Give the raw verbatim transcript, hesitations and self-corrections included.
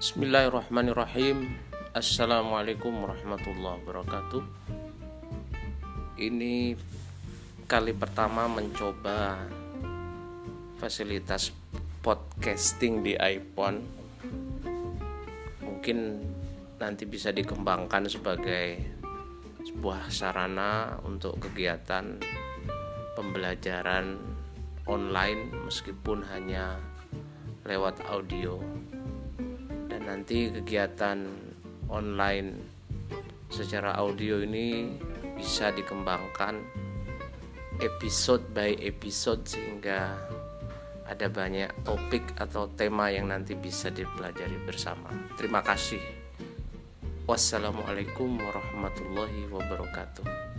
Bismillahirrahmanirrahim. Assalamualaikum warahmatullahi wabarakatuh. Ini kali pertama mencoba fasilitas podcasting di iPhone. Mungkin nanti bisa dikembangkan sebagai sebuah sarana untuk kegiatan pembelajaran online meskipun hanya lewat audio. Dan nanti kegiatan online secara audio ini bisa dikembangkan episode by episode sehingga ada banyak topik atau tema yang nanti bisa dipelajari bersama. Terima kasih. Wassalamualaikum warahmatullahi wabarakatuh.